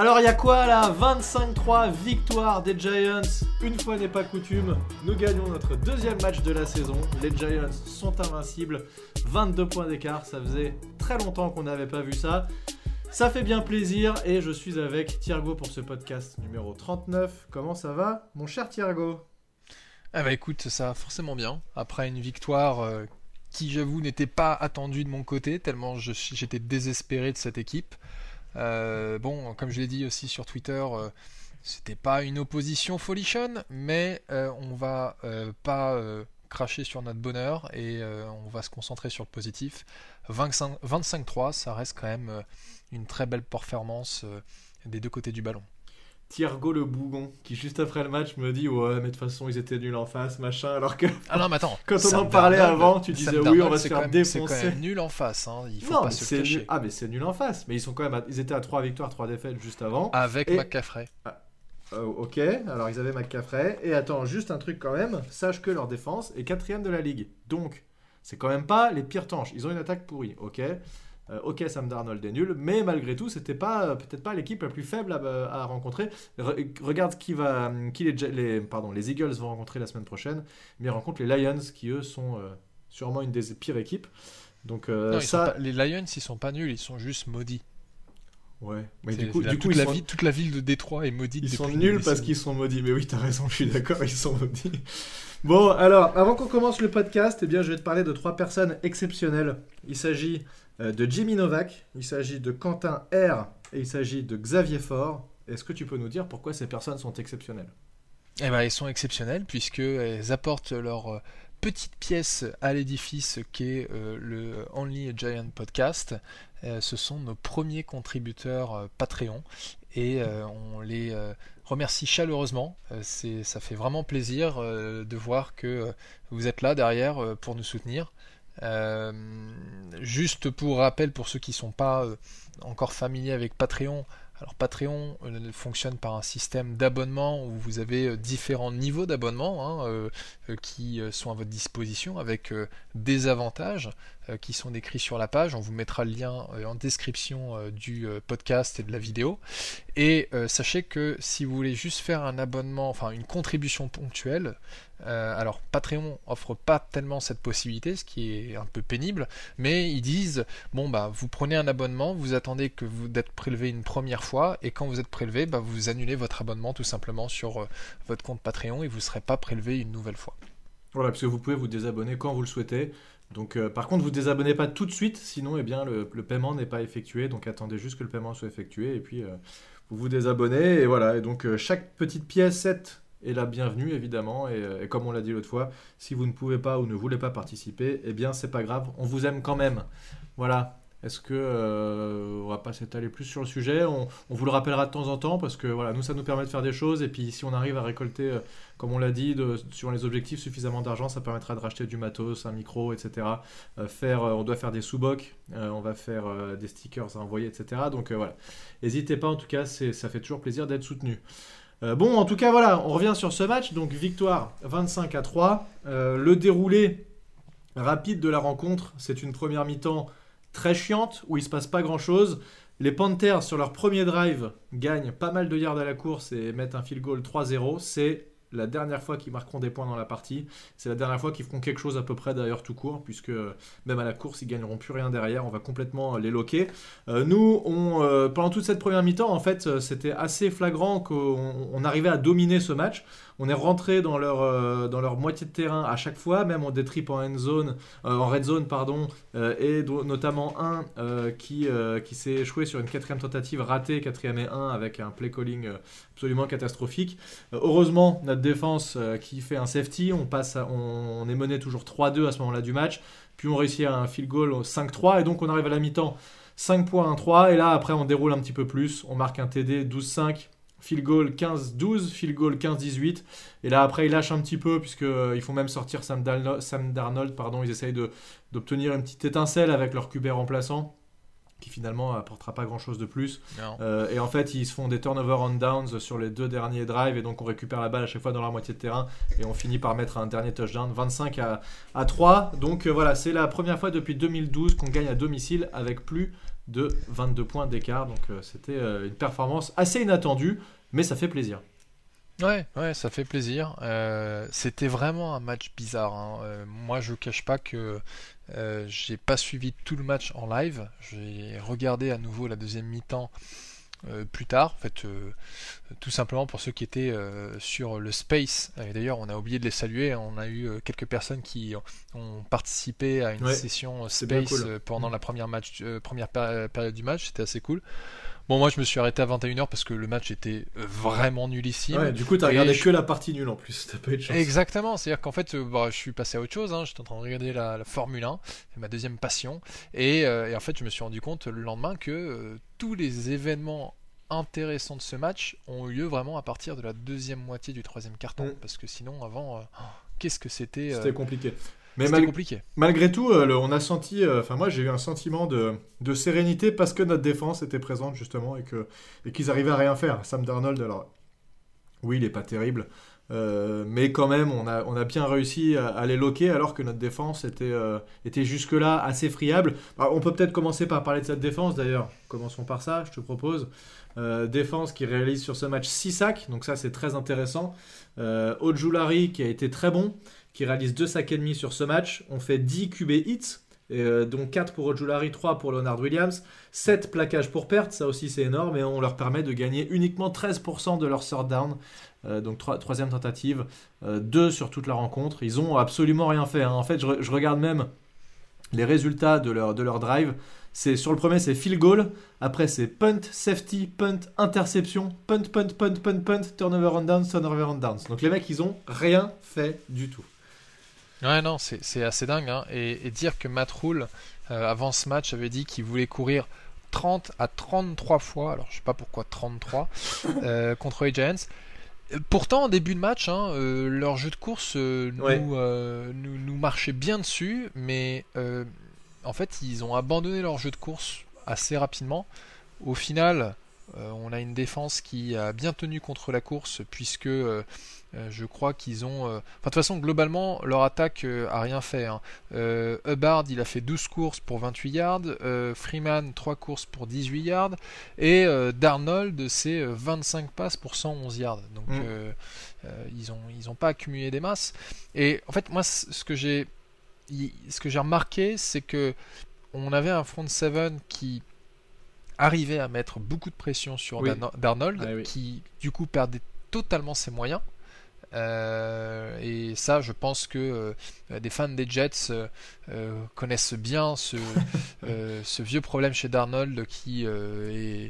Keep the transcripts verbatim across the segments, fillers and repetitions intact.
Alors il y a quoi là? vingt-cinq trois, victoire des Giants. Une fois n'est pas coutume, nous gagnons notre deuxième match de la saison. Les Giants sont invincibles, vingt-deux points d'écart, ça faisait très longtemps qu'on n'avait pas vu ça. Ça fait bien plaisir et je suis avec Thiergo pour ce podcast numéro trente-neuf. Comment ça va, mon cher Thiergo? Ah bah écoute, ça va forcément bien. Après une victoire euh, qui, j'avoue, n'était pas attendue de mon côté, tellement je, j'étais désespéré de cette équipe. Euh, bon, comme je l'ai dit aussi sur Twitter, euh, c'était pas une opposition folichonne, mais euh, on va euh, pas euh, cracher sur notre bonheur et euh, on va se concentrer sur le positif. vingt-cinq trois, ça reste quand même euh, une très belle performance euh, des deux côtés du ballon. Thiergo le bougon, qui juste après le match me dit ouais mais de toute façon ils étaient nuls en face, machin, alors que ah non mais attends, quand on Sam en parlait Darnold, avant tu disais Sam oui Darnold, on va se faire même, défoncer. C'est quand même nul en face, hein. Il faut non, pas mais se c'est le cacher. Nul. Ah mais c'est nul en face, mais ils sont quand même à... ils étaient à trois victoires, trois défaites juste avant. Avec et... McCaffrey. Ah, euh, ok, alors ils avaient McCaffrey, et attends, juste un truc quand même, sache que leur défense est quatrième de la ligue, donc c'est quand même pas les pires tanches, ils ont une attaque pourrie, ok. Euh, ok, Sam Darnold est nul, mais malgré tout, c'était pas, euh, peut-être pas l'équipe la plus faible à, à rencontrer. Re- regarde qui, va, qui les, les, pardon, les Eagles vont rencontrer la semaine prochaine, mais ils rencontrent les Lions, qui eux sont euh, sûrement une des pires équipes. Donc, euh, non, ça... pas, les Lions, ils sont pas nuls, ils sont juste maudits. Ouais, mais c'est, du coup, la, du coup toute, ils la sont... ville, toute la ville de Détroit est maudite. Ils sont nuls parce qu'ils sont maudits. Mais oui, t'as raison, je suis d'accord, ils sont maudits. Bon, alors, avant qu'on commence le podcast, eh bien, je vais te parler de trois personnes exceptionnelles. Il s'agit euh, de Jimmy Novak, il s'agit de Quentin R et il s'agit de Xavier Faure. Est-ce que tu peux nous dire pourquoi ces personnes sont exceptionnelles? Eh ben, elles sont exceptionnelles puisqu'elles apportent leur euh, petite pièce à l'édifice qu'est euh, le Only a Giant podcast. Euh, ce sont nos premiers contributeurs euh, Patreon et euh, on les euh, remercie chaleureusement. Euh, c'est, ça fait vraiment plaisir euh, de voir que euh, vous êtes là derrière euh, pour nous soutenir. Euh, juste pour rappel, pour ceux qui ne sont pas euh, encore familiers avec Patreon, alors Patreon euh, fonctionne par un système d'abonnement où vous avez euh, différents niveaux d'abonnement hein, euh, euh, qui euh, sont à votre disposition avec euh, des avantages euh, qui sont décrits sur la page. On vous mettra le lien euh, en description euh, du euh, podcast et de la vidéo. Et euh, sachez que si vous voulez juste faire un abonnement, enfin une contribution ponctuelle, euh, alors Patreon offre pas tellement cette possibilité, ce qui est un peu pénible, mais ils disent bon bah vous prenez un abonnement, vous attendez que vous d'être prélevé une première fois, et quand vous êtes prélevé, bah, vous annulez votre abonnement tout simplement sur euh, votre compte Patreon et vous ne serez pas prélevé une nouvelle fois. Voilà, parce que vous pouvez vous désabonner quand vous le souhaitez. Donc, euh, par contre, vous ne désabonnez pas tout de suite, sinon eh bien, le, le paiement n'est pas effectué. Donc, attendez juste que le paiement soit effectué et puis euh, vous vous désabonnez. Et voilà, et donc euh, chaque petite piècette est la bienvenue, évidemment. Et, euh, et comme on l'a dit l'autre fois, si vous ne pouvez pas ou ne voulez pas participer, eh bien, c'est pas grave, on vous aime quand même. Voilà. Est-ce que euh, on va pas s'étaler plus sur le sujet, on, on vous le rappellera de temps en temps parce que voilà, nous ça nous permet de faire des choses et puis si on arrive à récolter, euh, comme on l'a dit, de, sur les objectifs suffisamment d'argent, ça permettra de racheter du matos, un micro, et cetera. Euh, faire, euh, on doit faire des sous-bocs, euh, on va faire euh, des stickers à envoyer, et cetera. Donc euh, voilà, n'hésitez pas en tout cas, c'est, ça fait toujours plaisir d'être soutenu. Euh, bon, en tout cas voilà, on revient sur ce match, donc victoire vingt-cinq à trois. Euh, le déroulé rapide de la rencontre, c'est une première mi-temps très chiante, où il ne se passe pas grand-chose. Les Panthers, sur leur premier drive, gagnent pas mal de yards à la course et mettent un field goal trois zéro. C'est la dernière fois qu'ils marqueront des points dans la partie. C'est la dernière fois qu'ils feront quelque chose à peu près d'ailleurs tout court, puisque même à la course, ils gagneront plus rien derrière. On va complètement les loquer. Euh, nous, on, euh, pendant toute cette première mi-temps, en fait, c'était assez flagrant qu'on on arrivait à dominer ce match. On est rentré dans leur, euh, dans leur moitié de terrain à chaque fois, même en détrip en end zone, euh, en red zone, pardon, euh, et do- notamment un euh, qui, euh, qui s'est échoué sur une quatrième tentative ratée, quatrième et un, avec un play calling euh, absolument catastrophique. Euh, heureusement, notre défense euh, qui fait un safety, on, passe à, on, on est mené toujours trois deux à ce moment-là du match, puis on réussit à un field goal au cinq trois, et donc on arrive à la mi-temps cinq points, un trois, et là après on déroule un petit peu plus, on marque un T D douze cinq, field goal quinze douze, field goal quinze dix-huit, et là après ils lâchent un petit peu puisqu'ils euh, font même sortir Sam, Darnold, Sam Darnold, pardon, ils essayent de, d'obtenir une petite étincelle avec leur Q B remplaçant qui finalement apportera pas grand chose de plus, euh, et en fait ils se font des turnover on downs sur les deux derniers drives et donc on récupère la balle à chaque fois dans leur moitié de terrain et on finit par mettre un dernier touchdown vingt-cinq à trois. Donc euh, voilà, c'est la première fois depuis deux mille douze qu'on gagne à domicile avec plus de vingt-deux points d'écart. Donc euh, c'était euh, une performance assez inattendue, mais ça fait plaisir. Ouais, ouais, ça fait plaisir. Euh, c'était vraiment un match bizarre, hein. Euh, moi, je cache pas que euh, j'ai pas suivi tout le match en live. J'ai regardé à nouveau la deuxième mi-temps euh, plus tard. En fait, euh, tout simplement pour ceux qui étaient euh, sur le Space. Et d'ailleurs, on a oublié de les saluer. On a eu euh, quelques personnes qui ont participé à une Ouais, session c'est bien Space cool. euh, pendant la première match, euh, première péri- période du match. C'était assez cool. Bon, moi, je me suis arrêté à vingt et une heures parce que le match était euh, vraiment nullissime. Ouais, du coup, t'as Et regardé je- que la partie nulle en plus. T'as pas eu de chance. Exactement, c'est-à-dire qu'en fait, euh, bah, je suis passé à autre chose, hein. J'étais en train de regarder la, la Formule un, c'est ma deuxième passion, et, euh, et en fait, je me suis rendu compte le lendemain que euh, tous les événements intéressants de ce match ont eu lieu vraiment à partir de la deuxième moitié du troisième quart-temps, Mm. parce que sinon, avant, euh, oh, qu'est-ce que c'était euh, C'était compliqué. Mais C'était mal- compliqué. malgré tout, euh, le- on a senti, euh, enfin moi j'ai eu un sentiment de, de sérénité parce que notre défense était présente justement et que et qu'ils arrivaient à rien faire. Sam Darnold, alors oui, il est pas terrible, euh, mais quand même on a, on a bien réussi à, à les loquer alors que notre défense était, euh, était jusque-là assez friable. Alors, on peut peut-être commencer par parler de cette défense d'ailleurs. Commençons par ça, je te propose. Euh, défense qui réalise sur ce match six sacs, donc ça c'est très intéressant. Euh, Ojulari qui a été très bon, qui réalise deux sacs et demi sur ce match. On fait dix Q B hits, et, euh, dont quatre pour Ojulari, trois pour Leonard Williams, sept plaquages pour perte, ça aussi c'est énorme, et on leur permet de gagner uniquement treize pour cent de leur third down, euh, donc trois, troisième tentative, euh, deux sur toute la rencontre. Ils ont absolument rien fait, hein. En fait, je, re- je regarde même les résultats de leur, de leur drive. C'est, sur le premier, c'est field goal. Après, c'est punt, safety, punt, interception, punt, punt, punt, punt, punt, turnover on downs, turnover on downs. Donc les mecs, ils ont rien fait du tout. Ouais, non, c'est c'est assez dingue, hein. Et, et dire que Matt Rule, euh, avant ce match, avait dit qu'il voulait courir trente à trente-trois fois, alors je sais pas pourquoi trente-trois, euh, contre les Giants. Euh, Pourtant, en début de match, hein, euh, leur jeu de course euh, nous, Ouais. euh, nous, nous marchait bien dessus, mais euh, en fait, ils ont abandonné leur jeu de course assez rapidement. Au final, euh, on a une défense qui a bien tenu contre la course, puisque euh, euh, je crois qu'ils ont... euh, Enfin, de toute façon, globalement, leur attaque euh, a rien fait, hein. Euh, Hubbard, il a fait douze courses pour vingt-huit yards, euh, Freeman, trois courses pour dix-huit yards, et euh, Darnold, c'est euh, vingt-cinq passes pour cent onze yards. Donc, Mm. euh, euh, ils ont, ils ont pas accumulé des masses. Et en fait, moi, c- ce que j'ai, y- ce que j'ai remarqué, c'est que on avait un front seven qui arrivait à mettre beaucoup de pression sur Oui. Dan- Darnold, Ah oui. qui du coup perdait totalement ses moyens. Euh, et ça, je pense que euh, des fans des Jets euh, euh, connaissent bien ce, euh, ce vieux problème chez Darnold qui euh, est,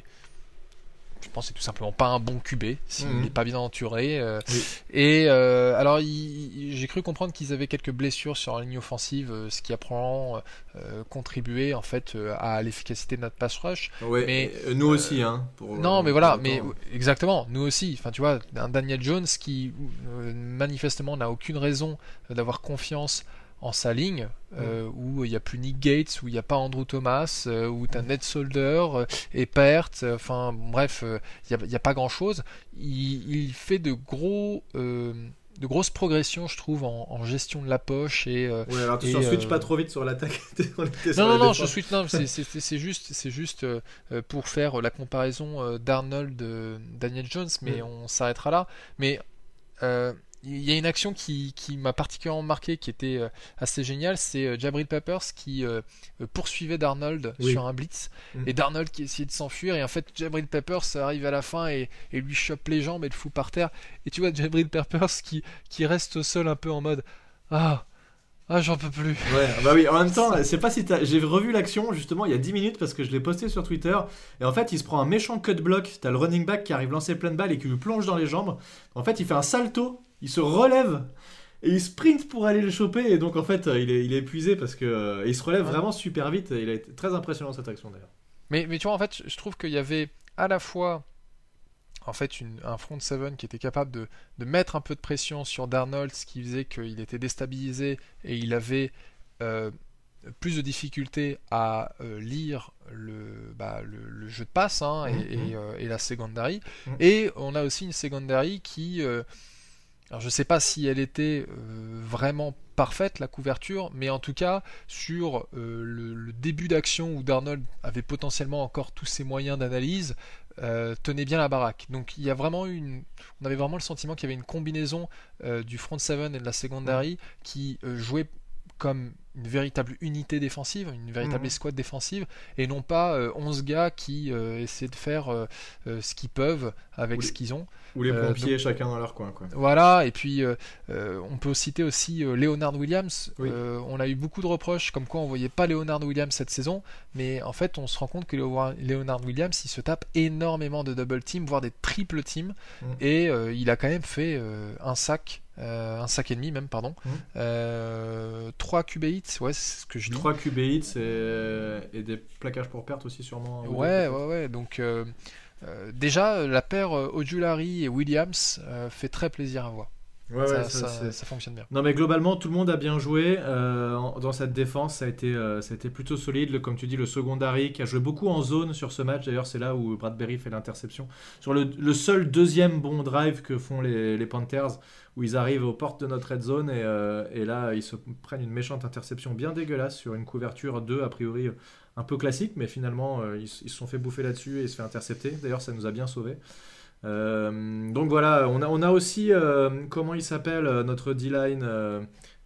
je pense, c'est tout simplement pas un bon Q B s'il Mhm. n'est pas bien entouré. euh. Oui. Et euh, alors, il- il- j'ai cru comprendre qu'ils avaient quelques blessures sur la ligne offensive, euh, ce qui a probablement euh, contribué en fait euh, à l'efficacité de notre pass rush. Ouais, Mais, et, euh, nous aussi, hein. Pour, Non, euh, mais voilà, pour mais autant. exactement, nous aussi. Enfin, tu vois, un Daniel Jones qui euh, manifestement n'a aucune raison d'avoir confiance en sa ligne, euh, où il n'y a plus Nick Gates, où il n'y a pas Andrew Thomas, euh, où tu as Ned Solder euh, et Pert, euh, enfin bref, euh, il n'y a, a pas grand chose. Il, il fait de gros. euh, de grosses progressions, je trouve, en, en gestion de la poche et euh, Ouais, alors attention, et, switch euh, pas trop vite sur l'attaque. On était sur non, la non, non, je défense. suis non, c'est c'est- c'est juste, c'est juste euh, euh, pour faire la comparaison euh, d'Arnold, euh, Daniel Jones, mais Mm. on s'arrêtera là. Mais euh, il y a une action qui, qui m'a particulièrement marqué, qui était euh, assez géniale, c'est euh, Jabril Peppers qui euh, euh, poursuivait Darnold Oui. sur un blitz, Mm. et Darnold qui essayait de s'enfuir, et en fait Jabril Peppers arrive à la fin et, et lui chope les jambes et le fout par terre. Et tu vois Jabril Peppers qui, qui reste au sol un peu en mode ah ah j'en peux plus. Ouais, bah oui, en même temps, c'est pas si t'as... j'ai revu l'action justement il y a dix minutes parce que je l'ai posté sur Twitter. Et en fait, il se prend un méchant cut block. T'as le running back qui arrive lancer plein de balles et qui lui plonge dans les jambes. En fait, il fait un salto, il se relève et il sprint pour aller le choper. Et donc, en fait, il est, il est épuisé parce que euh, il se relève Ouais. vraiment super vite. Et il a été très impressionnant cette action d'ailleurs. Mais, mais tu vois, en fait, je trouve qu'il y avait à la fois en fait une- un front seven qui était capable de, de mettre un peu de pression sur Darnold, ce qui faisait qu'il était déstabilisé et il avait euh, plus de difficultés à euh, lire le, bah, le, le jeu de passe, hein, et, Mhm. et, euh, et la secondary. Mhm. Et on a aussi une secondary qui... euh, alors je sais pas si elle était euh, vraiment parfaite la couverture, mais en tout cas sur euh, le, le début d'action où Darnold avait potentiellement encore tous ses moyens d'analyse, euh, tenait bien la baraque. Donc il y a vraiment une, on avait vraiment le sentiment qu'il y avait une combinaison euh, du front seven et de la secondary qui euh, jouait comme une véritable unité défensive, une véritable Mmh. escouade défensive, et non pas euh, onze gars qui euh, essaient de faire euh, euh, ce qu'ils peuvent avec Ou les, ce qu'ils ont. ou les Euh, pompiers donc, chacun dans leur coin, quoi. voilà, et puis euh, euh, on peut citer aussi euh, Leonard Williams. Oui. Euh, on a eu beaucoup de reproches comme quoi on voyait pas Leonard Williams cette saison, mais en fait on se rend compte que Leo- Leonard Williams il se tape énormément de double team, voire des triple team, Mm. et euh, il a quand même fait euh, un sac, euh, un sac et demi même, pardon, Mm. euh, trois Q B hits, ouais c'est ce que je dis. trois Q B hits et, et des plaquages pour perte aussi sûrement. un ou deux, Ouais, peut-être. ouais, ouais, donc euh, euh, déjà la paire euh, Ojulari et Williams euh, fait très plaisir à voir. Ouais, ouais, Ça, ça, ça, c'est- ça fonctionne bien. Non mais globalement tout le monde a bien joué euh, en- dans cette défense, ça a été, euh, ça a été plutôt solide, le- comme tu dis le secondary qui a joué beaucoup en zone sur ce match, d'ailleurs c'est là où Bradbury fait l'interception. Sur le, le seul deuxième bon drive que font les, les Panthers, où ils arrivent aux portes de notre red zone et, euh, et là ils se prennent une méchante interception bien dégueulasse sur une couverture deux a priori un peu classique, mais finalement euh, ils, ils se sont fait bouffer là-dessus et ils se fait intercepter, d'ailleurs ça nous a bien sauvés. Euh, donc voilà, on a, on a aussi, euh, comment il s'appelle, euh, notre D-line euh,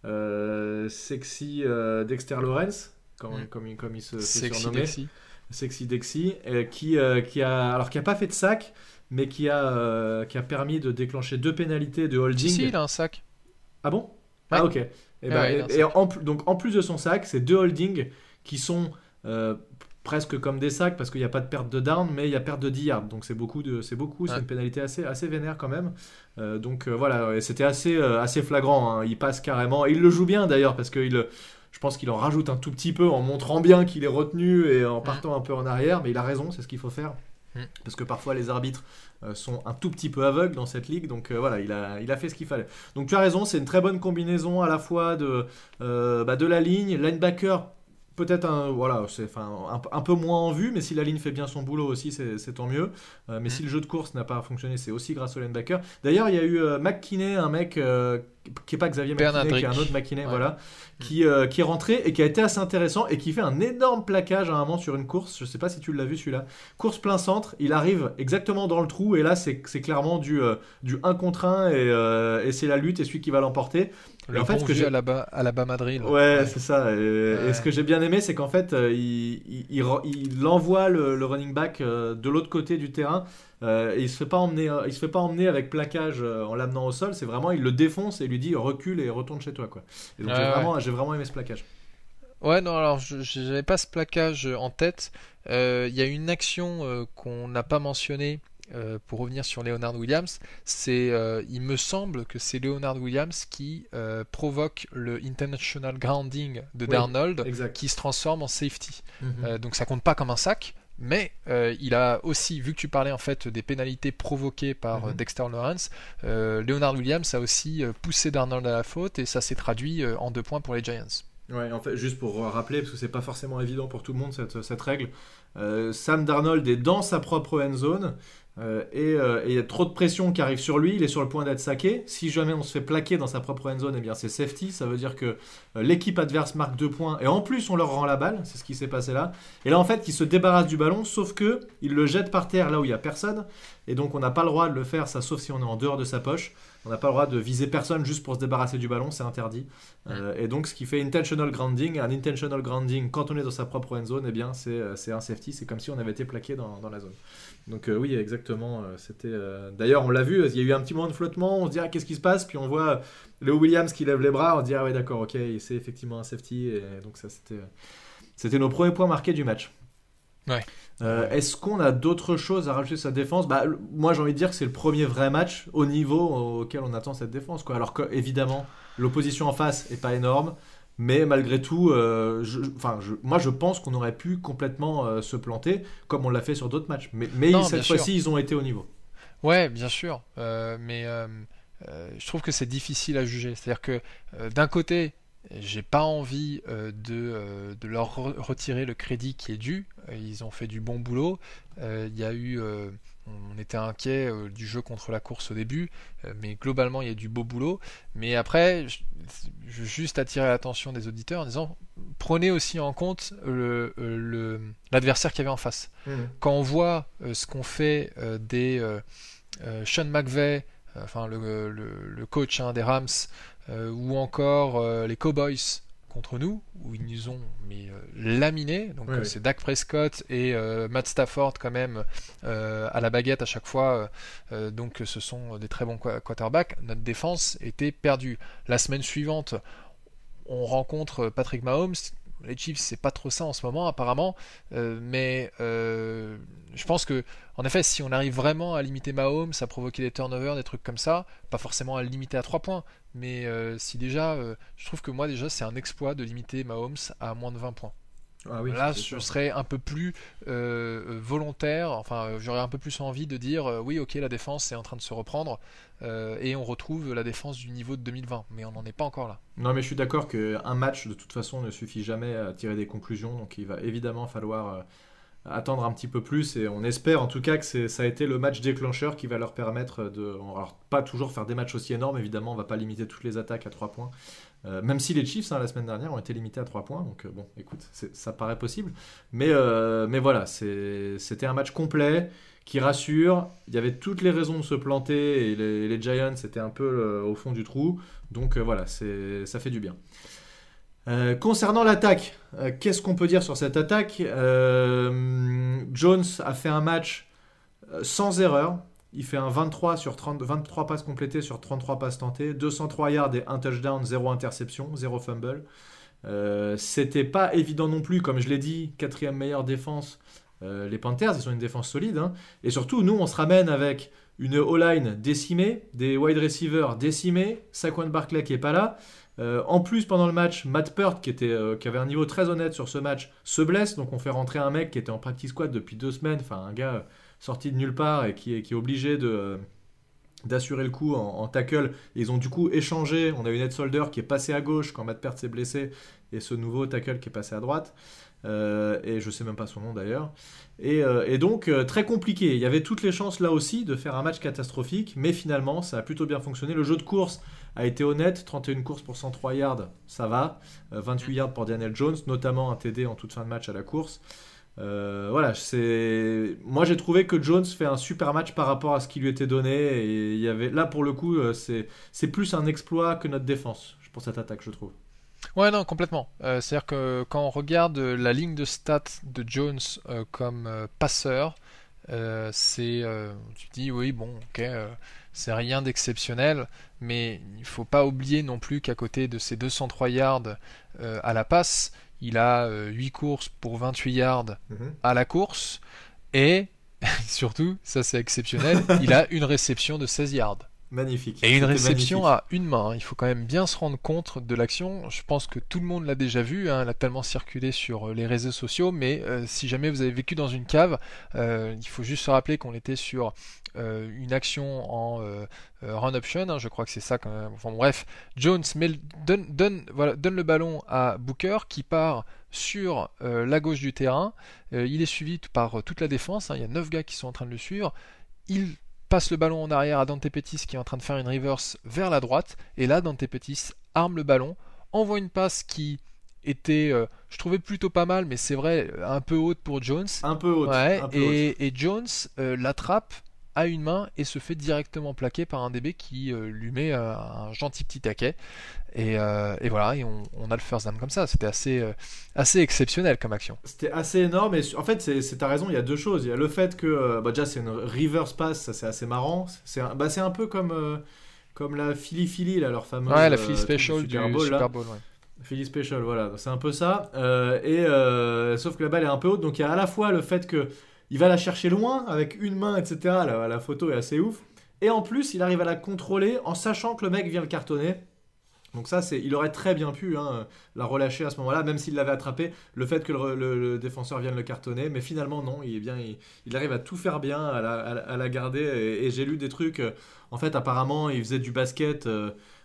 euh, sexy euh, Dexter Lawrence, comme, Mm. comme, il- comme il se fait Sexy surnommer, Dexy. Sexy Dexy, euh, qui, euh, qui a, alors qui a pas fait de sac, mais qui a, euh, qui a permis de déclencher deux pénalités de holding. Si, si, il a un sac. Ah bon? Ouais. Ah ok. Et, ben, ouais, il a un et- et en, plus- donc en plus de son sac, c'est deux holdings qui sont euh, presque comme des sacs parce qu'il n'y a pas de perte de down, mais il y a perte de dix yards. Donc c'est beaucoup, de, c'est beaucoup, c'est Ouais. une pénalité assez, assez vénère quand même. Euh, donc euh, voilà, et c'était assez, euh, assez flagrant, hein. Il passe carrément. Et il le joue bien d'ailleurs parce que il, je pense qu'il en rajoute un tout petit peu en montrant bien qu'il est retenu et en partant un peu en arrière. Mais il a raison, c'est ce qu'il faut faire. Mm. Parce que parfois les arbitres euh, sont un tout petit peu aveugles dans cette ligue, donc euh, voilà, il a, il a fait ce qu'il fallait. Donc tu as raison, c'est une très bonne combinaison à la fois de, euh, bah, de la ligne, linebacker, peut-être un, voilà, c'est, enfin, un, un peu moins en vue, mais si la ligne fait bien son boulot aussi, c'est, c'est tant mieux. Euh, mais Mm. si le jeu de course n'a pas fonctionné, c'est aussi grâce au linebacker. D'ailleurs, il y a eu euh, McKinney, un mec euh, qui n'est pas Xavier Bernard McKinney, qui est un Drick. autre McKinney, Ouais. voilà, qui, euh, qui est rentré et qui a été assez intéressant et qui fait un énorme plaquage à un moment sur une course. Je sais pas si tu l'as vu celui-là. Course plein centre, il arrive exactement dans le trou et là c'est, c'est clairement du, euh, du un contre un et, euh, et c'est la lutte et celui qui va l'emporter. Le en fait, bon ce que vieux j'ai- Alaba- Alabama Drill. Ouais, c'est ça. Et, et Ouais. ce que j'ai bien aimé, c'est qu'en fait, euh, il, il, il re- il envoie le, le running back euh, de l'autre côté du terrain. Euh, et il se fait pas emmener, euh, il se fait pas emmener avec plaquage euh, en l'amenant au sol. C'est vraiment, il le défonce et lui dit recule et retourne chez toi, quoi. Et donc Ouais, j'ai ouais. vraiment, j'ai vraiment aimé ce plaquage. Ouais, non, alors je je- j'avais pas ce plaquage en tête. Euh, Il y a une action euh, qu'on n'a pas mentionnée euh, pour revenir sur Leonard Williams. C'est, euh, il me semble que c'est Leonard Williams qui euh, provoque le intentional grounding de Oui, Darnold Exact. qui se transforme en safety. Mhm. Euh, donc ça compte pas comme un sac, mais euh, il a aussi, vu que tu parlais en fait des pénalités provoquées par euh, Mhm. Dexter Lawrence, euh, Leonard Williams a aussi euh, poussé Darnold à la faute et ça s'est traduit euh, en deux points pour les Giants. Ouais, en fait, juste pour rappeler, parce que c'est pas forcément évident pour tout le monde cette, cette règle, euh, Sam Darnold est dans sa propre end zone euh, et euh, et il y a trop de pression qui arrive sur lui, il est sur le point d'être saqué. Si jamais on se fait plaquer dans sa propre end zone, eh bien c'est safety, ça veut dire que euh, l'équipe adverse marque deux points et en plus on leur rend la balle, c'est ce qui s'est passé là. Et là en fait, il se débarrasse du ballon, sauf que il le jette par terre là où il y a personne et donc on n'a pas le droit de le faire, ça sauf si on est en dehors de sa poche. On n'a pas le droit de viser personne juste pour se débarrasser du ballon, c'est interdit. Euh, et donc, ce qui fait intentional grounding, un intentional grounding quand on est dans sa propre end zone, eh bien, c'est, euh, c'est un safety, c'est comme si on avait été plaqué dans, dans la zone. Donc, euh, oui, exactement. euh, c'était, euh, D'ailleurs, on l'a vu, il y a eu un petit moment de flottement, on se dit, ah, qu'est-ce qui se passe? Puis on voit Léo Williams qui lève les bras, on se dit, ah, ouais, d'accord, ok, c'est effectivement un safety. Et donc, ça, c'était, euh, c'était nos premiers points marqués du match. Ouais. Euh, est-ce qu'on a d'autres choses à rajouter sur sa défense? Bah, le- moi, j'ai envie de dire que c'est le premier vrai match au niveau auquel on attend cette défense, quoi. Alors que, évidemment, l'opposition en face est pas énorme, mais malgré tout, euh, je, enfin, je, moi, je pense qu'on aurait pu complètement euh, se planter, comme on l'a fait sur d'autres matchs. Mais, mais Non, cette bien sûr. fois-ci, ils ont été au niveau. Ouais, bien sûr, euh, mais euh, euh, je trouve que c'est difficile à juger. C'est-à-dire que euh, d'un côté, j'ai pas envie euh, de, euh, de leur re- retirer le crédit qui est dû. Euh, Ils ont fait du bon boulot. Euh, Il y a eu euh, on était inquiet euh, du jeu contre la course au début, euh, mais globalement il y a du beau boulot. Mais après, je, je veux juste attirer l'attention des auditeurs en disant prenez aussi en compte le, le, l'adversaire qu'il y avait en face. Mmh. Quand on voit euh, ce qu'on fait euh, des euh, euh, Sean McVay, euh, enfin le, le, le coach hein, des Rams, euh, ou encore euh, les Cowboys contre nous, où ils nous ont mais, euh, laminés. Donc oui, euh, oui. C'est Dak Prescott et euh, Matt Stafford quand même euh, à la baguette à chaque fois. Euh, donc ce sont des très bons quarterbacks. Notre défense était perdue. La semaine suivante, on rencontre Patrick Mahomes. Les Chiefs, c'est pas trop ça en ce moment apparemment, euh, mais euh, je pense que en effet, si on arrive vraiment à limiter Mahomes, à provoquer des turnovers, des trucs comme ça, pas forcément à le limiter à trois points, mais euh, si déjà, euh, je trouve que moi déjà c'est un exploit de limiter Mahomes à moins de vingt points. Ah oui, là, je serais un peu plus euh, volontaire, enfin, euh, j'aurais un peu plus envie de dire euh, oui, ok, la défense est en train de se reprendre euh, et on retrouve la défense du niveau de deux mille vingt, mais on n'en est pas encore là. Non, mais je suis d'accord qu'un match, de toute façon, ne suffit jamais à tirer des conclusions, donc il va évidemment falloir euh, attendre un petit peu plus et on espère en tout cas que c'est, ça a été le match déclencheur qui va leur permettre de, alors pas toujours faire des matchs aussi énormes, évidemment, on ne va pas limiter toutes les attaques à trois points. Euh, même si les Chiefs hein, la semaine dernière ont été limités à trois points, donc euh, bon, écoute, c'est, ça paraît possible. Mais, euh, mais voilà, c'est, c'était un match complet qui rassure. Il y avait toutes les raisons de se planter et les, les Giants étaient un peu euh, au fond du trou. Donc euh, voilà, c'est, ça fait du bien. Euh, concernant l'attaque, euh, qu'est-ce qu'on peut dire sur cette attaque ? euh, Jones a fait un match euh, sans erreur. Il fait un vingt-trois sur trente, vingt-trois passes complétées sur trente-trois passes tentées, deux cent trois yards et un touchdown, zéro interception, zéro fumble. Euh, c'était pas évident non plus, comme je l'ai dit, quatrième meilleure défense. Euh, les Panthers, ils ont une défense solide. Hein. Et surtout, nous, on se ramène avec une O-line décimée, des wide receivers décimés, Saquon Barkley qui est pas là. Euh, en plus, pendant le match, Matt Peart, qui, était, euh, qui avait un niveau très honnête sur ce match, se blesse. Donc on fait rentrer un mec qui était en practice squad depuis deux semaines, enfin un gars... Euh, sorti de nulle part et qui est, qui est obligé de, euh, d'assurer le coup en, en tackle. Et ils ont du coup échangé. On a eu Ned Solder qui est passé à gauche quand Matt Peart s'est blessé et ce nouveau tackle qui est passé à droite. Euh, et je sais même pas son nom d'ailleurs. Et, euh, et donc euh, très compliqué. Il y avait toutes les chances là aussi de faire un match catastrophique, mais finalement ça a plutôt bien fonctionné. Le jeu de course a été honnête, trente et une courses pour cent trois yards, ça va. Euh, vingt-huit yards pour Daniel Jones, notamment un T D en toute fin de match à la course. Euh, voilà, c'est... moi j'ai trouvé que Jones fait un super match par rapport à ce qui lui était donné et il y avait là pour le coup c'est, c'est plus un exploit que notre défense pour cette attaque je trouve. Ouais non complètement, euh, c'est-à-dire que quand on regarde la ligne de stats de Jones euh, comme euh, passeur euh, c'est euh, tu te dis oui bon ok euh, c'est rien d'exceptionnel mais il faut pas oublier non plus qu'à côté de ces deux cent trois yards euh, à la passe il a euh, huit courses pour vingt-huit yards mmh. à la course et surtout, ça c'est exceptionnel, il a une réception de seize yards. Magnifique. Et une C'était réception magnifique. à une main. Hein. Il faut quand même bien se rendre compte de l'action. Je pense que tout le monde l'a déjà vu. Hein. Elle a tellement circulé sur les réseaux sociaux. Mais euh, si jamais vous avez vécu dans une cave, euh, il faut juste se rappeler qu'on était sur euh, une action en euh, run option. Hein. Je crois que c'est ça quand même. Enfin bref, Jones met le, donne, donne, voilà, donne le ballon à Booker qui part sur euh, la gauche du terrain. Euh, il est suivi par euh, toute la défense. Hein. Il y a neuf gars qui sont en train de le suivre. Il passe le ballon en arrière à Dante Pettis qui est en train de faire une reverse vers la droite. Et là, Dante Pettis arme le ballon, envoie une passe qui était, euh, je trouvais plutôt pas mal, mais c'est vrai, un peu haute pour Jones. Un peu haute. Ouais, un peu et, haute. et Jones euh, l'attrape à une main et se fait directement plaquer par un D B qui euh, lui met euh, un gentil petit taquet. Et, euh, et voilà, et on, on a le first down comme ça. C'était assez, euh, assez exceptionnel comme action. C'était assez énorme. Et en fait, c'est, c'est, t'as raison, il y a deux choses. Il y a le fait que, euh, bah, déjà, c'est une reverse pass, ça c'est assez marrant. C'est un, bah, c'est un peu comme, euh, comme la Philly Philly, là, leur fameuse. Ouais, la Philly euh, Special du Super Bowl. Du Super Bowl ouais. Philly Special, voilà. C'est un peu ça. Euh, et, euh, sauf que la balle est un peu haute. Donc il y a à la fois le fait que il va la chercher loin avec une main, et cetera. La, la photo est assez ouf. Et en plus, il arrive à la contrôler en sachant que le mec vient le cartonner. Donc ça, c'est, il aurait très bien pu hein, la relâcher à ce moment-là, même s'il l'avait attrapé, le fait que le, le, le défenseur vienne le cartonner. Mais finalement, non, il, est bien, il, il arrive à tout faire bien, à la, à, à la garder. Et, et j'ai lu des trucs, euh, en fait, apparemment, il faisait du basket... Euh,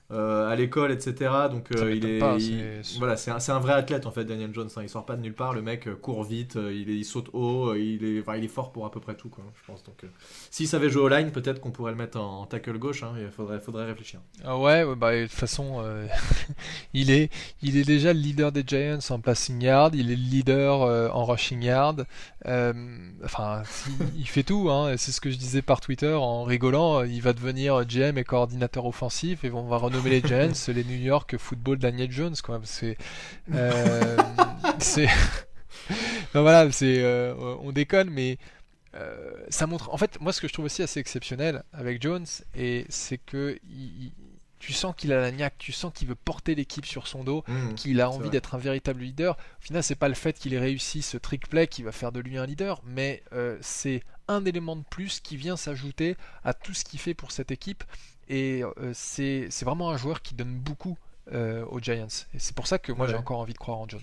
euh, à l'école, et cetera. Donc Ça euh, il m'étonne est, pas. il- C'est... voilà, c'est un, c'est un vrai athlète en fait, Daniel Jones. Hein. Il sort pas de nulle part. Le mec euh, court vite, euh, il, est- il saute haut, euh, il est, enfin, il est fort pour à peu près tout, quoi, je pense. Donc, euh, s'il savait jouer au line, peut-être qu'on pourrait le mettre en, en tackle gauche. Hein. Il faudrait, faudrait réfléchir. Ah ouais, ouais, bah, de toute façon, euh, il est, il est déjà le leader des Giants en passing yard, il est le leader euh, en rushing yard. Euh, enfin, il, il fait tout, hein. Et c'est ce que je disais par Twitter en rigolant. Il va devenir G M et coordinateur offensif et on va renommer les Giants les New York Football Daniel Jones, quoi. C'est, euh, c'est, non, voilà, c'est, euh, on déconne, mais euh, ça montre. En fait, moi, ce que je trouve aussi assez exceptionnel avec Jones, et c'est que il- il- tu sens qu'il a la niaque, tu sens qu'il veut porter l'équipe sur son dos, Mmh, qu'il a c'est envie vrai. d'être un véritable leader. Au final, c'est pas le fait qu'il ait réussi ce trick play qui va faire de lui un leader, mais euh, c'est un élément de plus qui vient s'ajouter à tout ce qu'il fait pour cette équipe. Et euh, c'est c'est vraiment un joueur qui donne beaucoup euh, aux Giants. Et c'est pour ça que moi, j'ai Ouais. encore envie de croire en Jones.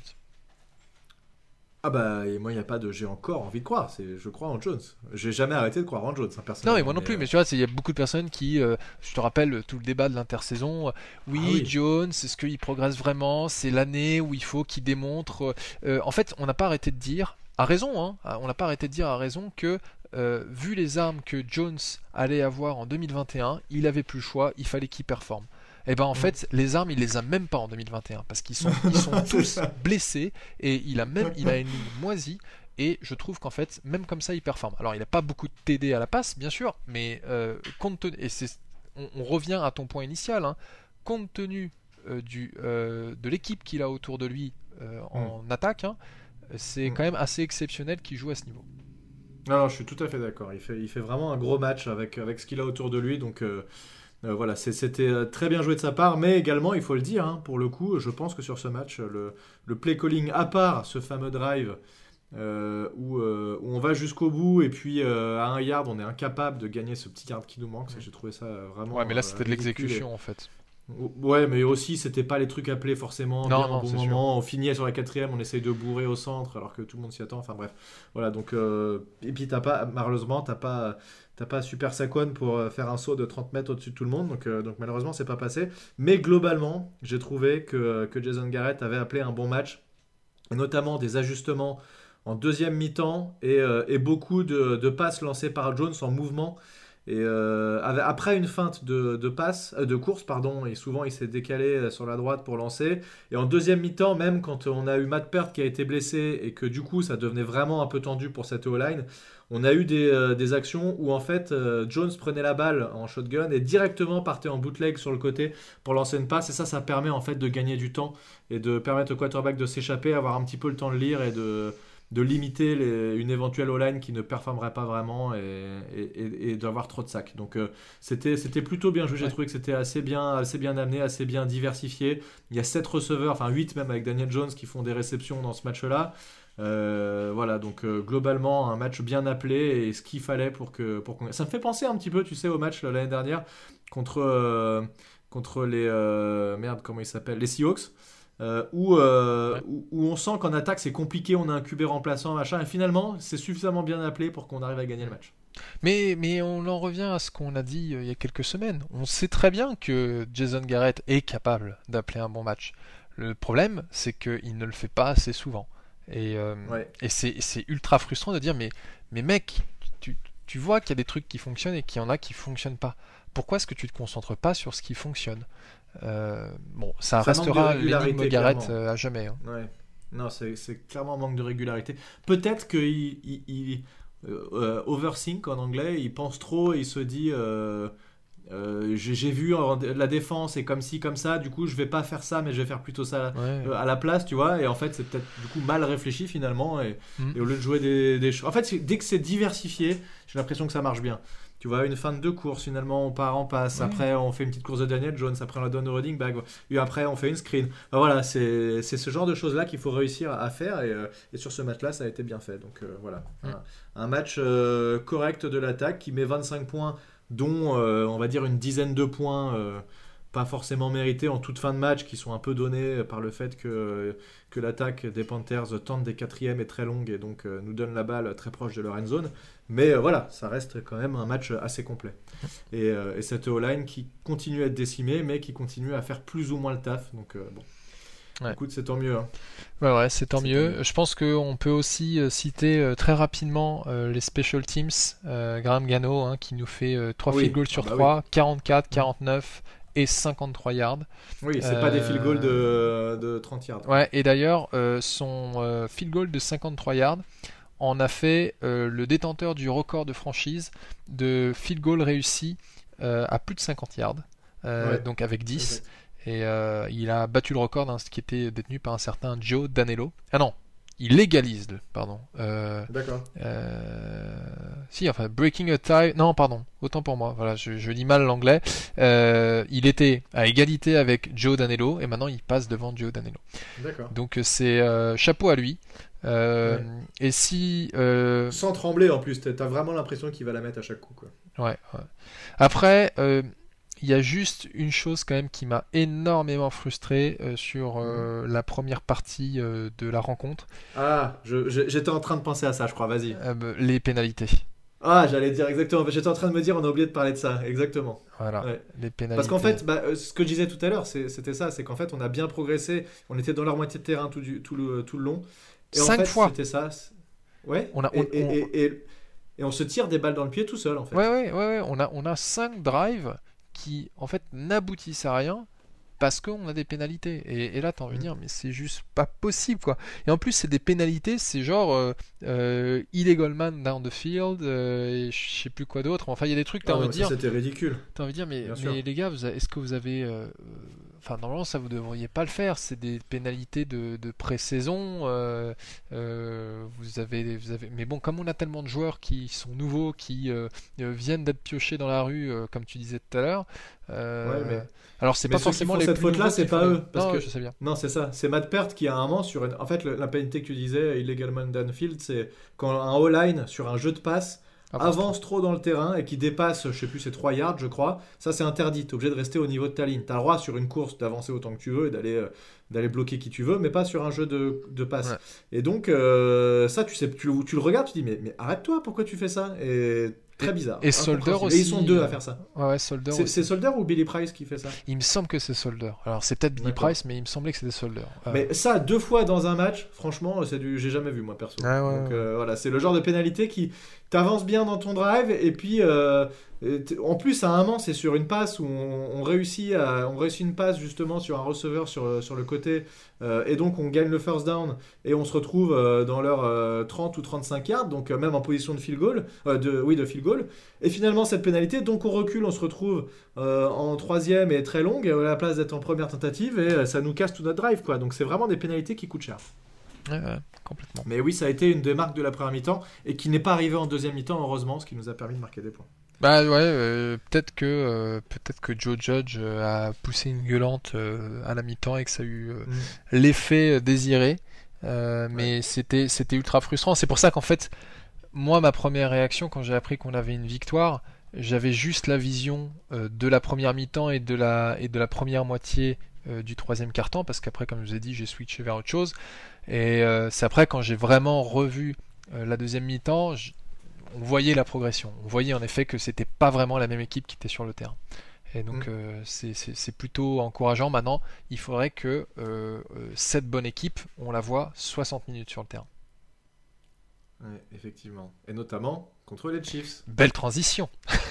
Ah bah, et moi, il n'y a pas de j'ai encore envie de croire. C'est, je crois en Jones. J'ai jamais arrêté de croire en Jones, hein, Non, et personnellement. moi non Mais, plus, euh, mais tu vois, c'est- il y a beaucoup de personnes qui, euh, je te rappelle tout le débat de l'intersaison, euh, Ah oui, oui. Jones, est-ce qu'il progresse vraiment? C'est l'année où il faut qu'il démontre. euh, en fait, on n'a pas arrêté de dire, à raison, hein, ah, on n'a pas arrêté de dire à raison que, euh, vu les armes que Jones allait avoir en deux mille vingt et un, il avait plus le choix, il fallait qu'il performe. Et ben en Mm. fait, les armes, il les a même pas en deux mille vingt et un parce qu'ils sont, ils sont C'est tous ça. blessés et il a même, il a une ligne moisie. Et je trouve qu'en fait, même comme ça, il performe. Alors, il n'a pas beaucoup de T D à la passe, bien sûr, mais euh, compte tenu, et c'est, on, on revient à ton point initial, hein, compte tenu euh, du, euh, de l'équipe qu'il a autour de lui euh, en attaque, hein, c'est Mm. quand même assez exceptionnel qu'il joue à ce niveau. Non, non, je suis tout à fait d'accord. Il fait, il fait vraiment un gros match avec, avec ce qu'il a autour de lui. Donc euh, euh, voilà, c'est- c'était euh, très bien joué de sa part. Mais également, il faut le dire, hein, pour le coup, je pense que sur ce match, le, le play calling, à part ce fameux drive euh, où, euh, où on va jusqu'au bout et puis euh, à un yard, on est incapable de gagner ce petit yard qui nous manque. Mm. J'ai trouvé ça euh, vraiment Ouais, mais là, euh, c'était de ridicule. Et- l'exécution, en fait. Ouais, mais aussi, c'était pas les trucs appelés forcément Non, bien non, au bon c'est sûr. moment. On finit sur la quatrième, on essaye de bourrer au centre alors que tout le monde s'y attend. Enfin bref, voilà. Donc, euh, et puis t'as pas, malheureusement, t'as pas, t'as pas Super Saquon pour euh, faire un saut de trente mètres au-dessus de tout le monde. Donc, euh, donc malheureusement, c'est pas passé. Mais globalement, j'ai trouvé que, que Jason Garrett avait appelé un bon match, et notamment des ajustements en deuxième mi-temps et, euh, et beaucoup de, de passes lancées par Jones en mouvement. Et euh, avec- après une feinte de, de passe, euh, de course, pardon, et souvent il s'est décalé euh, sur la droite pour lancer. Et en deuxième mi-temps, même quand on a eu Matt Peart qui a été blessé et que du coup ça devenait vraiment un peu tendu pour cette O-line, on a eu des, euh, des actions où en fait euh, Jones prenait la balle en shotgun et directement partait en bootleg sur le côté pour lancer une passe. Et ça, ça permet en fait de gagner du temps et de permettre au quarterback de s'échapper, avoir un petit peu le temps de lire et de de limiter les- une éventuelle O-line qui ne performerait pas vraiment et, et, et- et d'avoir trop de sacs. Donc euh, c'était, c'était plutôt bien joué, j'ai Ouais. trouvé que c'était assez bien, assez bien amené, assez bien diversifié. Il y a sept receveurs, enfin huit même avec Daniel Jones qui font des réceptions dans ce match-là. Euh, voilà, donc euh, globalement un match bien appelé et ce qu'il fallait pour que... Pour qu'on... Ça me fait penser un petit peu, tu sais, au match l'année dernière contre, euh, contre les... euh, merde, comment ils s'appellent? Les Seahawks. Euh, où, euh, Ouais. où, où on sent qu'en attaque c'est compliqué, on a un Q B remplaçant, machin, et finalement c'est suffisamment bien appelé pour qu'on arrive à gagner le match. Mais, mais on en revient à ce qu'on a dit euh, il y a quelques semaines. On sait très bien que Jason Garrett est capable d'appeler un bon match. Le problème, c'est qu'il ne le fait pas assez souvent. Et, euh, Ouais. et c'est, c'est ultra frustrant de dire, mais, mais mec, tu, tu vois qu'il y a des trucs qui fonctionnent et qu'il y en a qui fonctionnent pas. Pourquoi est-ce que tu te concentres pas sur ce qui fonctionne? Euh, Bon, ça Ça manque de restera régularité, l'énigme Garrett clairement. euh, à jamais, hein. Ouais. Non, c'est, c'est clairement un manque de régularité. Peut-être qu'il il, il, euh, euh, overthink en anglais, il pense trop, il se dit euh, euh, j'ai, j'ai vu en- la défense et comme ci, comme ça, du coup je vais pas faire ça, mais je vais faire plutôt ça Ouais. euh, à la place, tu vois. Et en fait, c'est peut-être du coup mal réfléchi finalement. Et, Mm. et au lieu de jouer des, des choses. En fait, c'est- dès que c'est diversifié, j'ai l'impression que ça marche bien. Tu vois, une fin de deux courses, finalement, on part en passe. Ouais. Après, on fait une petite course de Daniel Jones. Après, on la donne au running back. Et après, on fait une screen. Enfin, voilà, c'est c'est ce genre de choses-là qu'il faut réussir à faire. Et, euh, et sur ce match-là, ça a été bien fait. Donc euh, voilà. Mm. Un, un match euh, correct de l'attaque qui met vingt-cinq points, dont euh, on va dire une dizaine de points. euh, pas forcément mérités en toute fin de match, qui sont un peu donnés par le fait que, que l'attaque des Panthers tente des quatrièmes et très longue et donc euh, nous donne la balle très proche de leur end zone. Mais euh, voilà, ça reste quand même un match assez complet. Et, euh, et cette O-line qui continue à être décimée, mais qui continue à faire plus ou moins le taf. Donc euh, bon, Ouais. écoute, c'est tant mieux. Hein. Ouais, ouais, c'est tant C'est mieux. tant mieux. Je pense qu'on peut aussi euh, citer euh, très rapidement euh, les special teams. Euh, Graham Gano hein, qui nous fait euh, trois Oui, field goals ah sur bah trois, oui. quarante-quatre, Mm. quarante-neuf et cinquante-trois yards. Oui, c'est pas des field goals Euh, de, de trente yards. Ouais, et d'ailleurs, euh, son euh, field goal de cinquante-trois yards en a fait euh, le détenteur du record de franchise de field goal réussi euh, à plus de cinquante yards, euh, Ouais, donc avec dix. exact. Et euh, il a battu le record hein, qui était détenu par un certain Joe Danello. Ah non, il légalise, le- pardon. Euh, D'accord. euh, si, enfin, breaking a tie. Non, pardon, autant pour moi. Voilà, je, je lis mal l'anglais. Euh, il était à égalité avec Joe Danello et maintenant il passe devant Joe Danello. D'accord. Donc euh, c'est euh, chapeau à lui. Euh, Ouais. et si euh, Sans trembler en plus, t'as t'as vraiment l'impression qu'il va la mettre à chaque coup. Quoi. ouais, ouais. Après, euh, il y a juste une chose quand même qui m'a énormément frustré euh, sur Mhm. euh, la première partie euh, de la rencontre, Ah, je- je- j'étais en train de penser à ça, je crois, vas-y. euh, les pénalités. Ah, j'allais dire exactement, j'étais en train de me dire, on a oublié de parler de ça, exactement. Voilà, Ouais. les Parce qu'en pénalités. fait, bah, euh, ce que je disais tout à l'heure, c'est- c'était ça, c'est qu'en fait, on a bien progressé, on était dans leur moitié de terrain tout, du- tout le, tout le long, et en Cinq fait, fois. c'était ça. c'est- Ouais, On a, et, on, et, on- et, et- et on se tire des balles dans le pied tout seul, en ouais, fait. ouais, ouais, ouais, on a, on a cinq drives qui en fait n'aboutissent à rien parce qu'on a des pénalités. Et, et là, t'as envie de Mm. dire, mais c'est juste pas possible, quoi. Et en plus, c'est des pénalités, c'est genre euh, euh, illegal man down the field, euh, et je sais plus quoi d'autre. Enfin, il y a des trucs, t'as Ah envie non, de mais ça, dire, c'était ridicule, t'as envie de dire, mais, bien mais sûr. les gars, vous avez- est-ce que vous avez, euh, euh, enfin, normalement, ça vous devriez pas le faire. C'est des pénalités de, de pré-saison. euh, euh, vous avez, vous avez, mais bon, comme on a tellement de joueurs qui sont nouveaux, qui euh, euh, viennent d'être piochés dans la rue, euh, comme tu disais tout à l'heure. Ouais, euh, mais, alors, c'est mais pas ceux qui forcément font les cette plus faute-là, nouveaux c'est qui font pas les. eux, parce Non, que... je sais bien. Non, c'est ça, c'est Matt Peart qui a un moment sur une... En fait, le- la pénalité que tu disais, illegal man downfield, c'est quand un O-line, sur un jeu de passe, Avance trop. avance trop dans le terrain et qui dépasse, je sais plus, c'est trois yards, je crois, ça c'est interdit. T'es obligé de rester au niveau de ta ligne. T'as le droit sur une course d'avancer autant que tu veux et d'aller euh, d'aller bloquer qui tu veux, mais pas sur un jeu de, de passe. Ouais. Et donc, euh, ça, tu sais, tu, tu le regardes, tu dis, mais, mais arrête-toi, pourquoi tu fais ça? Et très bizarre. Et Solder incompréhensible. aussi. Et ils sont deux euh, à faire ça. Ouais, ouais, Solder C'est aussi. c'est Solder ou Billy Price qui fait ça? Il me semble que c'est Solder. Alors, c'est peut-être Billy D'accord. Price, mais il me semblait que c'était Solder. Euh, Mais ça, deux fois dans un match, franchement, c'est du, j'ai jamais vu moi perso. Ah ouais, Donc ouais. euh, voilà, c'est le genre de pénalité qui t'avance bien dans ton drive et puis euh, et t- en plus à un moment c'est sur une passe où on, on réussit à, on réussit une passe justement sur un receveur sur, sur le côté euh, et donc on gagne le first down et on se retrouve euh, dans leur euh, trente ou trente-cinq yards, donc euh, même en position de field goal, euh, de, oui de field goal. Et finalement cette pénalité, donc on recule, on se retrouve euh, en troisième et très longue à la place d'être en première tentative et euh, ça nous casse tout notre drive quoi. Donc c'est vraiment des pénalités qui coûtent cher. Ouais, ouais, complètement. Mais oui, ça a été une des marques de la première mi-temps et qui n'est pas arrivé en deuxième mi-temps, heureusement, ce qui nous a permis de marquer des points. Bah ouais, euh, peut-être que euh, peut-être que Joe Judge euh, a poussé une gueulante euh, à la mi-temps et que ça a eu euh, Mm. l'effet désiré. Euh, mais c'était c'était ultra frustrant. C'est pour ça qu'en fait, moi, ma première réaction quand j'ai appris qu'on avait une victoire, j'avais juste la vision euh, de la première mi-temps et de la et de la première moitié euh, du troisième quart-temps, parce qu'après, comme je vous ai dit, j'ai switché vers autre chose. Et euh, c'est après quand j'ai vraiment revu euh, la deuxième mi-temps, j- on voyait la progression. On voyait en effet que c'était pas vraiment la même équipe qui était sur le terrain. Et donc Mm. euh, c'est, c'est- c'est plutôt encourageant. Maintenant, il faudrait que euh, euh, cette bonne équipe, on la voit soixante minutes sur le terrain. Ouais, effectivement. Et notamment contre les Chiefs. Belle transition.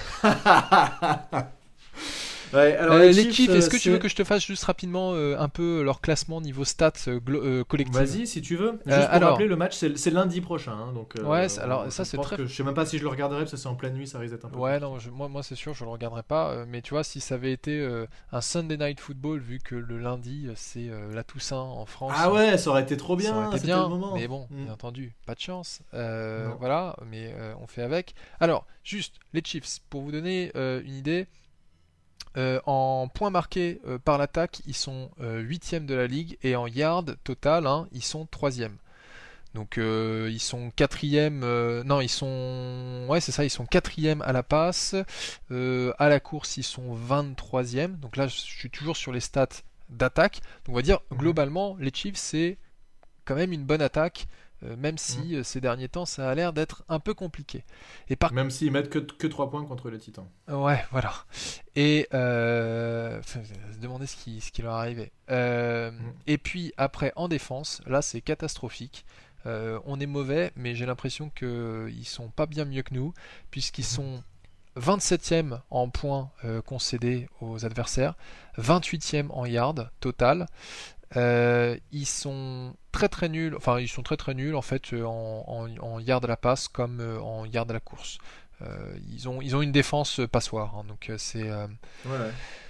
Ouais, alors Euh, les, les Chiefs, Chiefs, euh, est-ce que tu veux c'est- que je te fasse juste rapidement euh, un peu leur classement niveau stats euh, glo- euh, collectif? Vas-y, si tu veux. Juste Euh, pour alors- rappeler, le match, c'est c'est lundi prochain. Hein, donc, euh, Ouais, c'est- alors, je ça, c'est pense très- que- je sais même pas si je le regarderai, parce que c'est en pleine nuit, ça risque d'être un peu Ouais, compliqué. non, je- moi, moi c'est sûr, je le regarderai pas. euh, mais tu vois, si ça avait été euh, un Sunday Night Football, vu que le lundi, euh, c'est euh, la Toussaint en France. Ah ouais, ça aurait été trop Ça aurait bien, été c'était bien, le moment. mais bon, Mm. bien entendu, pas de chance. Euh, Non. voilà, mais euh, on fait avec. Alors, juste les Chiefs, pour vous donner euh, une idée, euh, en points marqués euh, par l'attaque, ils sont huitième de la ligue et en yards total, hein, ils sont troisième. Donc euh, ils sont quatrième, euh, non ils sont, ouais c'est ça, ils sont quatrième à la passe, euh, à la course ils sont vingt-troisième. Donc là je suis toujours sur les stats d'attaque. Donc on va dire Mhm. globalement les Chiefs c'est quand même une bonne attaque euh, même si mmh. euh, ces derniers temps ça a l'air d'être un peu compliqué. Et par... Même s'ils mettent que, que trois points contre les Titans. Ouais, voilà. Et euh, se demander ce qui, ce qui leur arrivait. Euh, mmh. Et puis après en défense, là c'est catastrophique. Euh, on est mauvais, mais j'ai l'impression qu'ils sont pas bien mieux que nous, puisqu'ils mmh. sont vingt-septième en points euh, concédés aux adversaires, vingt-huitième en yards total. Euh, ils sont très très nuls, enfin ils sont très très nuls en fait en, en, en yards à la passe comme euh, en yards à la course. Euh, ils ont ils ont une défense passoire, hein, donc c'est. Euh... Ouais.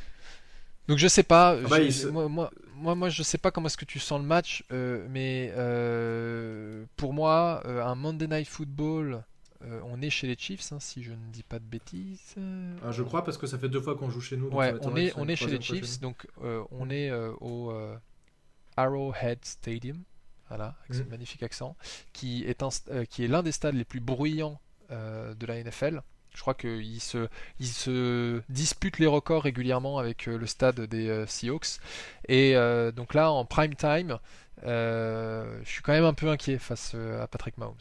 Donc je sais pas, ah bah, je, se... moi, moi moi moi je sais pas comment est-ce que tu sens le match, euh, mais euh, pour moi euh, un Monday Night Football. Euh, on est chez les Chiefs, hein, si je ne dis pas de bêtises. Ah, je crois parce que ça fait deux fois qu'on joue chez nous. Donc ouais, on est, on est chez les Chiefs, donc euh, on est euh, au euh, Arrowhead Stadium, voilà, avec mmh. ce magnifique accent, qui est, un, euh, qui est l'un des stades les plus bruyants euh, de la N F L. Je crois qu'il se, il se dispute les records régulièrement avec euh, le stade des euh, Seahawks. Et euh, donc là, en prime time, euh, je suis quand même un peu inquiet face euh, à Patrick Mahomes.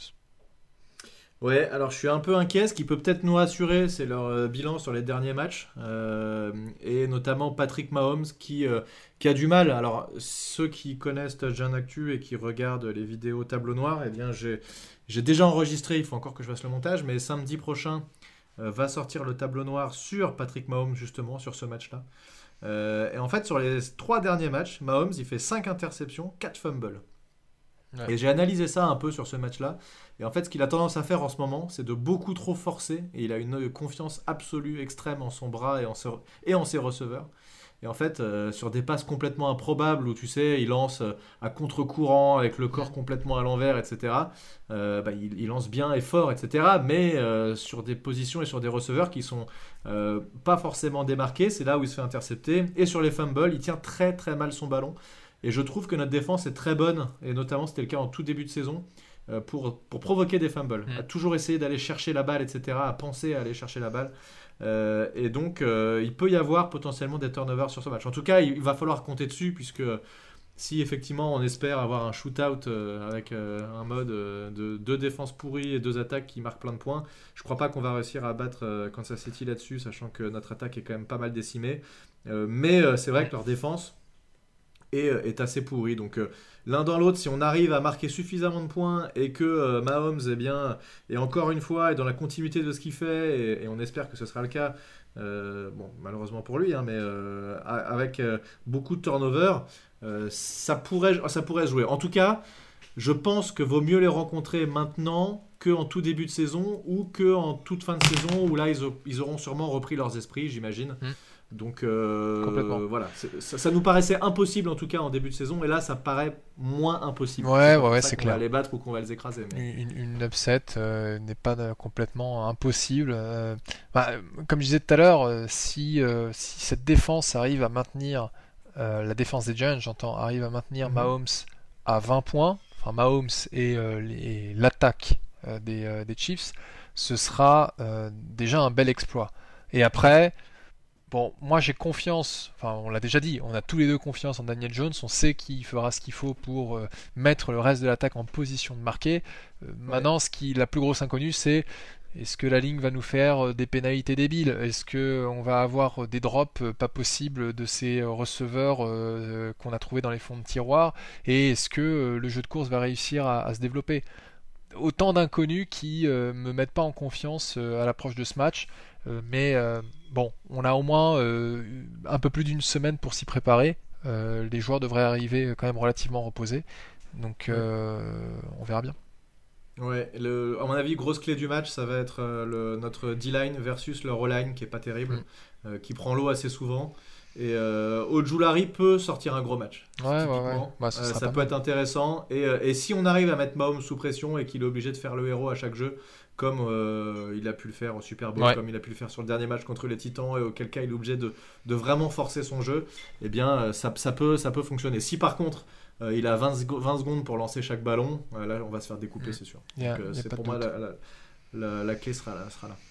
Ouais, alors je suis un peu inquiet. Ce qui peut peut-être nous rassurer, c'est leur euh, bilan sur les derniers matchs. Euh, et notamment Patrick Mahomes qui, euh, qui a du mal. Alors, ceux qui connaissent Touchdown Actu et qui regardent les vidéos tableau noir, eh bien, j'ai, j'ai déjà enregistré, il faut encore que je fasse le montage, mais samedi prochain euh, va sortir le tableau noir sur Patrick Mahomes, justement, sur ce match-là. Euh, et en fait, sur les trois derniers matchs, Mahomes, il fait cinq interceptions, quatre fumbles. Ouais. Et j'ai analysé ça un peu sur ce match-là. Et en fait, ce qu'il a tendance à faire en ce moment, c'est de beaucoup trop forcer. Et il a une confiance absolue, extrême en son bras et en, se... et en ses receveurs. Et en fait, euh, sur des passes complètement improbables où tu sais, il lance euh, à contre-courant avec le corps complètement à l'envers, et cetera. Euh, bah, il, il lance bien et fort, et cetera. Mais euh, sur des positions et sur des receveurs qui sont euh, pas forcément démarqués, c'est là où il se fait intercepter. Et sur les fumbles, il tient très très mal son ballon. Et je trouve que notre défense est très bonne, et notamment c'était le cas en tout début de saison, euh, pour, pour provoquer des fumbles, mmh. à toujours essayer d'aller chercher la balle, et cetera, à penser à aller chercher la balle. Euh, et donc, euh, il peut y avoir potentiellement des turnovers sur ce match. En tout cas, il, il va falloir compter dessus, puisque si effectivement on espère avoir un shootout euh, avec euh, un mode euh, de deux défenses pourries et deux attaques qui marquent plein de points, je ne crois pas qu'on va réussir à battre euh, Kansas City là-dessus, sachant que notre attaque est quand même pas mal décimée. Euh, mais euh, c'est vrai que leur défense est, est assez pourrie. Donc euh, l'un dans l'autre, si on arrive à marquer suffisamment de points et que euh, Mahomes eh bien, est encore une fois est dans la continuité de ce qu'il fait, et, et on espère que ce sera le cas, euh, bon, malheureusement pour lui, hein, mais euh, avec euh, beaucoup de turnover, euh, ça, pourrait, ça pourrait jouer. En tout cas, je pense que vaut mieux les rencontrer maintenant qu'en tout début de saison ou qu'en toute fin de saison, où là, ils, ils auront sûrement repris leurs esprits, j'imagine. Mmh. Donc euh, voilà, ça, ça nous paraissait impossible en tout cas en début de saison, et là ça paraît moins impossible. Ouais, ouais, ouais, c'est clair. On va les battre ou qu'on va les écraser. Mais... Une, une upset euh, n'est pas euh, complètement impossible. Euh, bah, comme je disais tout à l'heure, euh, si, euh, si cette défense arrive à maintenir, euh, la défense des Giants, j'entends, arrive à maintenir mm-hmm. Mahomes à vingt points, enfin Mahomes et, euh, les, l'attaque euh, des, euh, des Chiefs, ce sera euh, déjà un bel exploit. Et après. Bon, moi j'ai confiance, enfin on l'a déjà dit, on a tous les deux confiance en Daniel Jones, on sait qu'il fera ce qu'il faut pour euh, mettre le reste de l'attaque en position de marquer. Euh, ouais. Maintenant, ce qui la plus grosse inconnue, c'est est-ce que la ligne va nous faire des pénalités débiles ? Est-ce qu'on va avoir des drops pas possibles de ces receveurs euh, qu'on a trouvés dans les fonds de tiroir ? Et est-ce que euh, le jeu de course va réussir à, à se développer ? Autant d'inconnus qui euh, me mettent pas en confiance euh, à l'approche de ce match. Euh, mais euh, bon, on a au moins euh, un peu plus d'une semaine pour s'y préparer. Euh, les joueurs devraient arriver quand même relativement reposés. Donc euh, on verra bien. Ouais, le, à mon avis, grosse clé du match, ça va être euh, le, notre D-line versus leur O-line qui est pas terrible, mm. euh, qui prend l'eau assez souvent. Et euh, Ojulari peut sortir un gros match. Ouais, ouais, ouais. Bah, euh, ça peut mal. être intéressant. Et, euh, et si on arrive à mettre Mahomes sous pression et qu'il est obligé de faire le héros à chaque jeu, comme euh, il a pu le faire au Super Bowl, ouais. comme il a pu le faire sur le dernier match contre les Titans, et auquel cas il est obligé de, de vraiment forcer son jeu, eh bien ça, ça, peut, ça peut fonctionner. Si par contre euh, il a vingt, vingt secondes pour lancer chaque ballon, euh, là on va se faire découper, mmh. c'est sûr. Yeah, Donc, euh, c'est pour moi la, la, la, la clé sera là, sera là.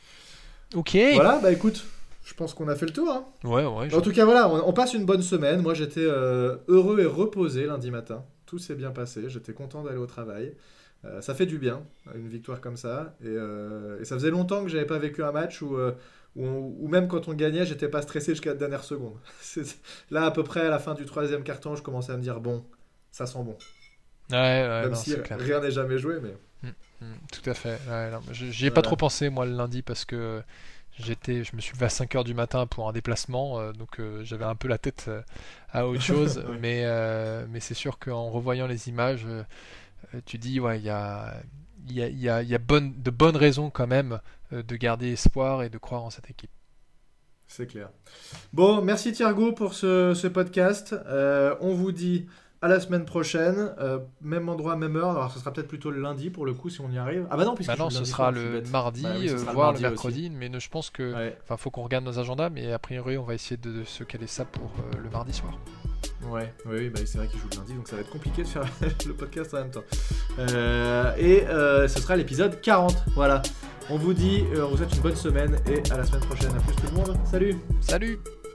Ok. Voilà, bah écoute. Je pense qu'on a fait le tour. Hein. Ouais, ouais. En tout cas, voilà, on, on passe une bonne semaine. Moi, j'étais euh, heureux et reposé lundi matin. tout s'est bien passé, j'étais content d'aller au travail. Euh, ça fait du bien, une victoire comme ça. Et, euh, et ça faisait longtemps que j'avais pas vécu un match où, euh, où, on- où même quand on gagnait, j'étais pas stressé jusqu'à la dernière seconde. C'est- Là, à peu près à la fin du troisième quart-temps, je commençais à me dire, bon, ça sent bon. Ouais, ouais, Même non, si c'est clair. rien n'est jamais joué, mais Mm, mm, tout à fait. Ouais, non, je- j'y ai pas voilà. trop pensé moi le lundi parce que j'étais, je me suis levé à cinq heures du matin pour un déplacement, euh, donc euh, j'avais un peu la tête euh, à autre chose. Ouais. Mais, euh, mais c'est sûr qu'en revoyant les images, euh, euh, tu dis ouais, il y a, il y a, il y a, il y a bonne, de bonnes raisons quand même euh, de garder espoir et de croire en cette équipe. C'est clair. Bon, merci Thiergo pour ce, ce podcast. Euh, on vous dit à la semaine prochaine. Euh, même endroit, même heure. Alors, ce sera peut-être plutôt le lundi pour le coup, si on y arrive. Ah bah non, puisque je Maintenant, joue ce lundi sera soir, je suis le bête. mardi, Bah oui, ce euh, sera le voire le mardi aussi. mercredi, mais ne- je pense que, Ouais, enfin, faut qu'on regarde nos agendas, mais a priori, on va essayer de, de se caler ça pour euh, le mardi soir. ouais, oui, oui, bah, c'est vrai qu'il joue le lundi, donc ça va être compliqué de faire le podcast en même temps. Euh, et euh, ce sera l'épisode quarante. Voilà. On vous dit, euh, on vous souhaite une bonne semaine et à la semaine prochaine. À plus tout le monde. Salut! Salut!